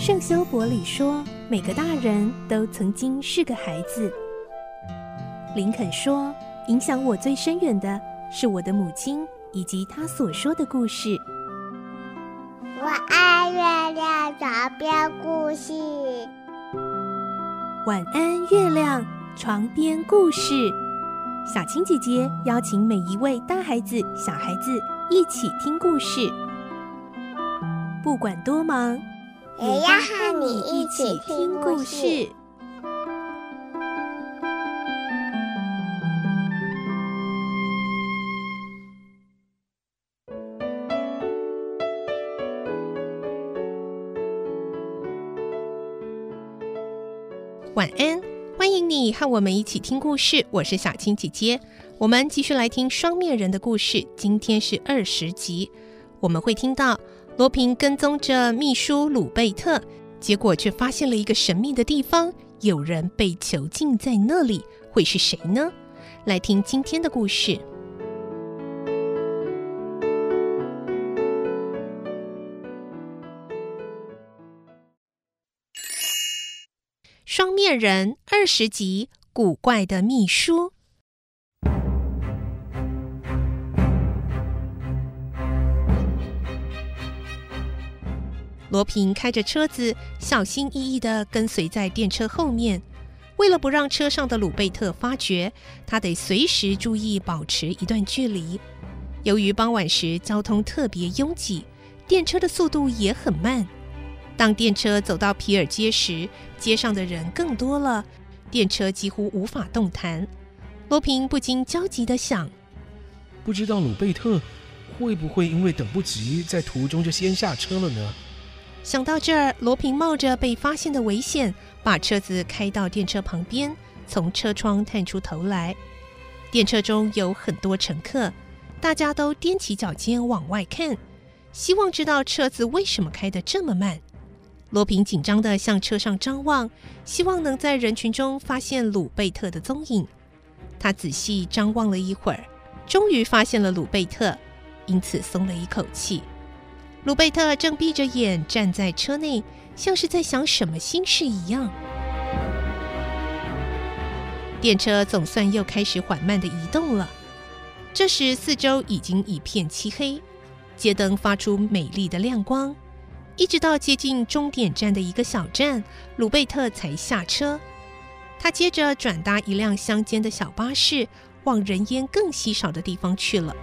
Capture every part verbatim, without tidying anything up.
圣修伯里说，每个大人都曾经是个孩子。林肯说，影响我最深远的是我的母亲以及她所说的故事。 我爱月亮床边故事。 晚安，月亮床边故事。小青姐姐邀请每一位大孩子、小孩子一起听故事，不管多忙， 也要和你一起听故事。 晚安，欢迎你和我们一起听故事，我是小青姐姐。我们继续来听双面人的故事，今天是二十集。我们会听到罗平跟踪着秘书鲁贝特，结果却发现了一个神秘的地方，有人被囚禁在那里，会是谁呢？来听今天的故事。双面人二十集，古怪的秘书。罗平开着车子，小心翼翼地跟随在电车后面。为了不让车上的鲁贝特发觉，他得随时注意保持一段距离。由于傍晚时交通特别拥挤，电车的速度也很慢。当电车走到皮尔街时，街上的人更多了，电车几乎无法动弹。罗平不禁焦急地想， 不知道鲁贝特会不会因为等不及，在途中就先下车了呢？ 想到这儿，罗平冒着被发现的危险，把车子开到电车旁边，从车窗探出头来。电车中有很多乘客，大家都踮起脚尖往外看，希望知道车子为什么开得这么慢。罗平紧张地向车上张望，希望能在人群中发现鲁贝特的踪影。他仔细张望了一会儿，终于发现了鲁贝特，因此松了一口气。鲁贝特正闭着眼站在车内，像是在想什么心事一样。电车总算又开始缓慢地移动了。这时四周已经一片漆黑，街灯发出美丽的亮光。一直到接近终点站的一个小站，鲁贝特才下车。他接着转搭一辆乡间的小巴士，往人烟更稀少的地方去了。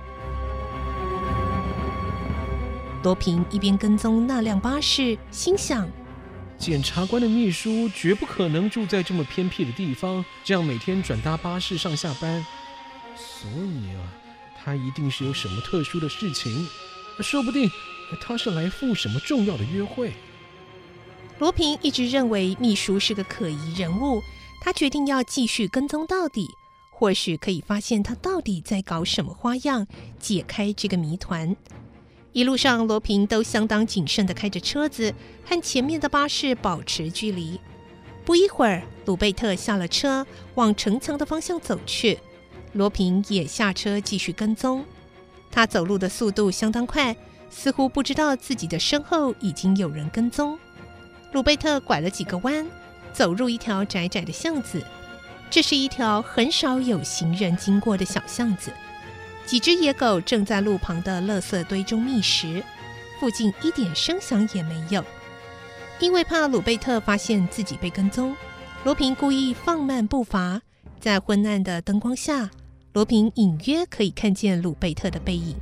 罗平一边跟踪那辆巴士，心想： 检察官的秘书绝不可能住在这么偏僻的地方，这样每天转搭巴士上下班。所以啊，他一定是有什么特殊的事情，说不定他是来赴什么重要的约会。 罗平一直认为秘书是个可疑人物，他决定要继续跟踪到底，或许可以发现他到底在搞什么花样，解开这个谜团。一路上，罗平都相当谨慎地开着车子，和前面的巴士保持距离。不一会儿，鲁贝特下了车，往城墙的方向走去。罗平也下车继续跟踪。他走路的速度相当快，似乎不知道自己的身后已经有人跟踪。鲁贝特拐了几个弯，走入一条窄窄的巷子。这是一条很少有行人经过的小巷子。几只野狗正在路旁的垃圾堆中觅食，附近一点声响也没有。因为怕鲁贝特发现自己被跟踪，罗平故意放慢步伐。在昏暗的灯光下，罗平隐约可以看见鲁贝特的背影。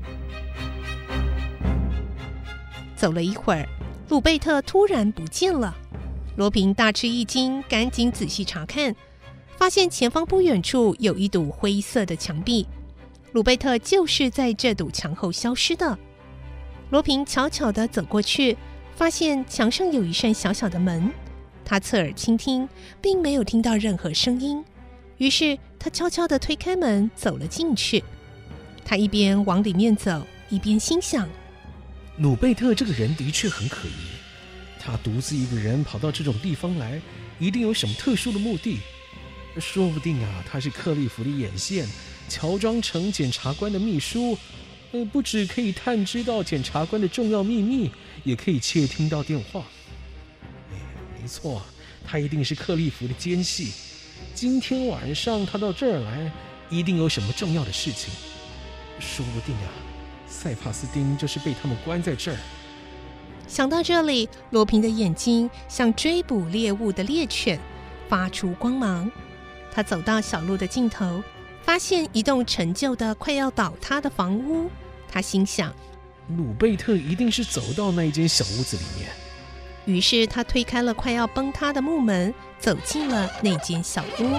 走了一会儿，鲁贝特突然不见了。罗平大吃一惊，赶紧仔细查看，发现前方不远处有一堵灰色的墙壁。鲁贝特就是在这堵墙后消失的。罗平悄悄地走过去，发现墙上有一扇小小的门。他侧耳倾听，并没有听到任何声音，于是他悄悄地推开门，走了进去。他一边往里面走，一边心想： 鲁贝特这个人的确很可疑，他独自一个人跑到这种地方来，一定有什么特殊的目的。说不定啊，他是克利夫的眼线，乔装成检察官的秘书，呃，不只可以探知到检察官的重要秘密，也可以窃听到电话。哎， 没错，他一定是克利夫的奸细。今天晚上他到这儿来，一定有什么重要的事情。说不定啊，塞帕斯丁就是被他们关在这儿。 想到这里，罗平的眼睛像追捕猎物的猎犬，发出光芒。他走到小路的尽头，发现一栋陈旧的快要倒塌的房屋。他心想， 鲁贝特一定是走到那一间小屋子里面。 于是他推开了快要崩塌的木门，走进了那间小屋。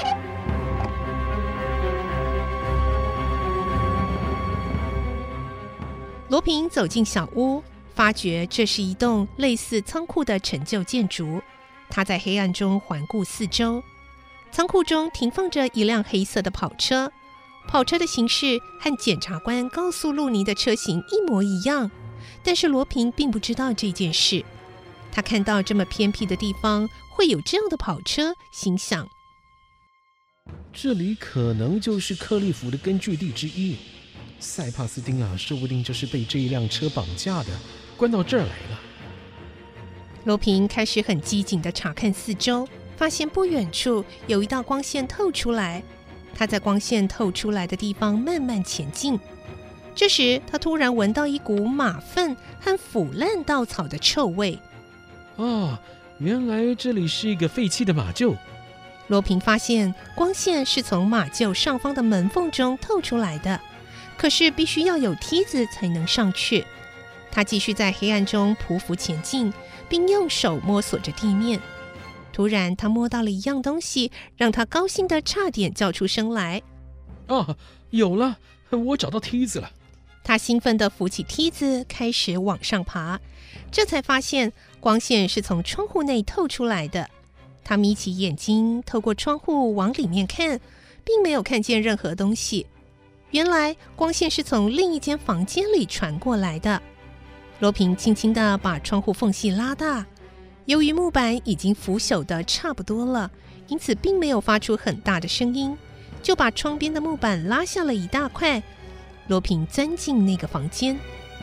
罗平走进小屋，发觉这是一栋类似仓库的陈旧建筑。他在黑暗中环顾四周，仓库中停放着一辆黑色的跑车，跑车的形式和检察官告诉路尼的车型一模一样。但是罗平并不知道这件事。他看到这么偏僻的地方会有这样的跑车，心想， 这里可能就是克利夫的根据地之一。塞帕斯丁啊，说不定就是被这一辆车绑架的，关到这儿来了。 罗平开始很机警地查看四周，发现不远处有一道光线透出来。他在光线透出来的地方慢慢前进。这时他突然闻到一股马粪和腐烂稻草的臭味。 哦，原来这里是一个废弃的马厩。 罗平发现光线是从马厩上方的门缝中透出来的，可是必须要有梯子才能上去。他继续在黑暗中匍匐前进，并用手摸索着地面。突然他摸到了一样东西，让他高兴得差点叫出声来。 啊，有了，我找到梯子了。 他兴奋地扶起梯子，开始往上爬。这才发现光线是从窗户内透出来的。他眯起眼睛，透过窗户往里面看，并没有看见任何东西。原来光线是从另一间房间里传过来的。罗平轻轻地把窗户缝隙拉大，由于木板已经腐朽的差不多了，因此并没有发出很大的声音，就把窗边的木板拉下了一大块。罗平钻进那个房间，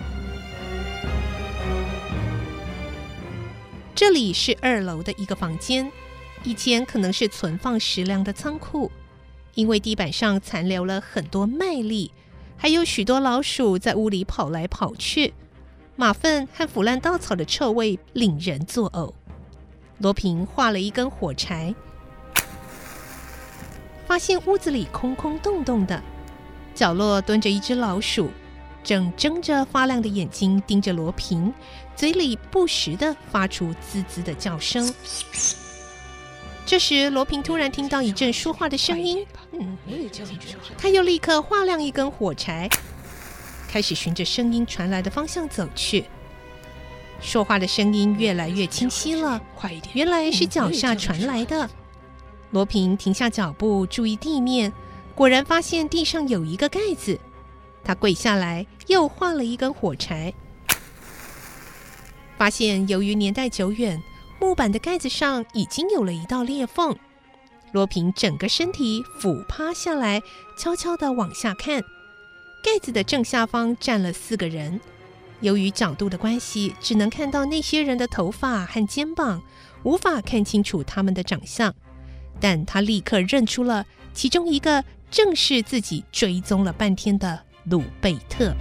这里是二楼的一个房间，以前可能是存放食粮的仓库，因为地板上残留了很多麦粒，还有许多老鼠在屋里跑来跑去，马粪和腐烂稻草的臭味令人作呕。罗平画了一根火柴，发现屋子里空空洞洞的，角落蹲着一只老鼠，正睁着发亮的眼睛盯着罗平，嘴里不时地发出滋滋的叫声。这时罗平突然听到一阵说话的声音，嗯，他又立刻画亮一根火柴，开始循着声音传来的方向走去。说话的声音越来越清晰了，原来是脚下传来的。罗平停下脚步，注意地面，果然发现地上有一个盖子。他跪下来，又画了一根火柴，发现由于年代久远，木板的盖子上已经有了一道裂缝。罗平整个身体俯趴下来，悄悄地往下看。盖子的正下方站了四个人，由于角度的关系，只能看到那些人的头发和肩膀，无法看清楚他们的长相。但他立刻认出了其中一个，正是自己追踪了半天的鲁贝特。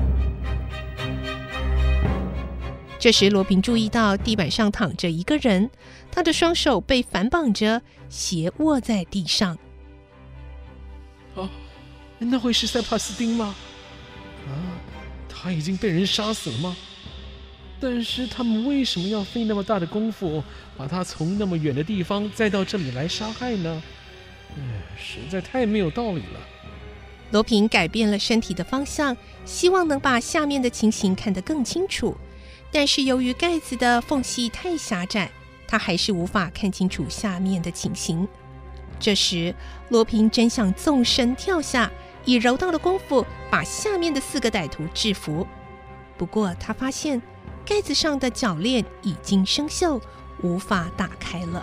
这时罗平注意到地板上躺着一个人，他的双手被反绑着，斜卧在地上。 哦，那会是塞帕斯丁吗？啊，他已经被人杀死了吗？但是他们为什么要费那么大的功夫，把他从那么远的地方再到这里来杀害呢？唉，实在太没有道理了。 罗平改变了身体的方向，希望能把下面的情形看得更清楚。但是由于盖子的缝隙太狭窄，他还是无法看清楚下面的情形。这时罗平真想纵身跳下，以柔道的功夫把下面的四个歹徒制服。不过他发现盖子上的铰链已经生锈，无法打开了。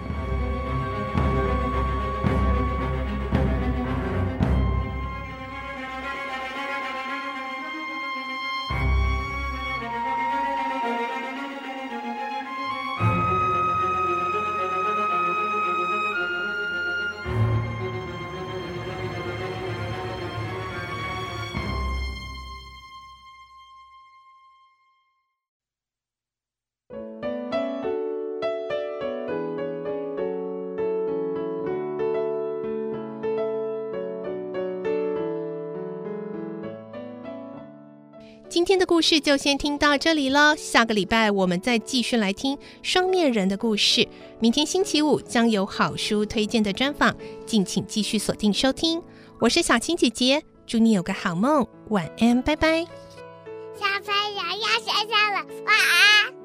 今天的故事就先听到这里了，下个礼拜我们再继续来听双面人的故事。明天星期五将有好书推荐的专访，敬请继续锁定收听。我是小青姐姐，祝你有个好梦，晚安，拜拜。 小朋友要睡觉了，晚安。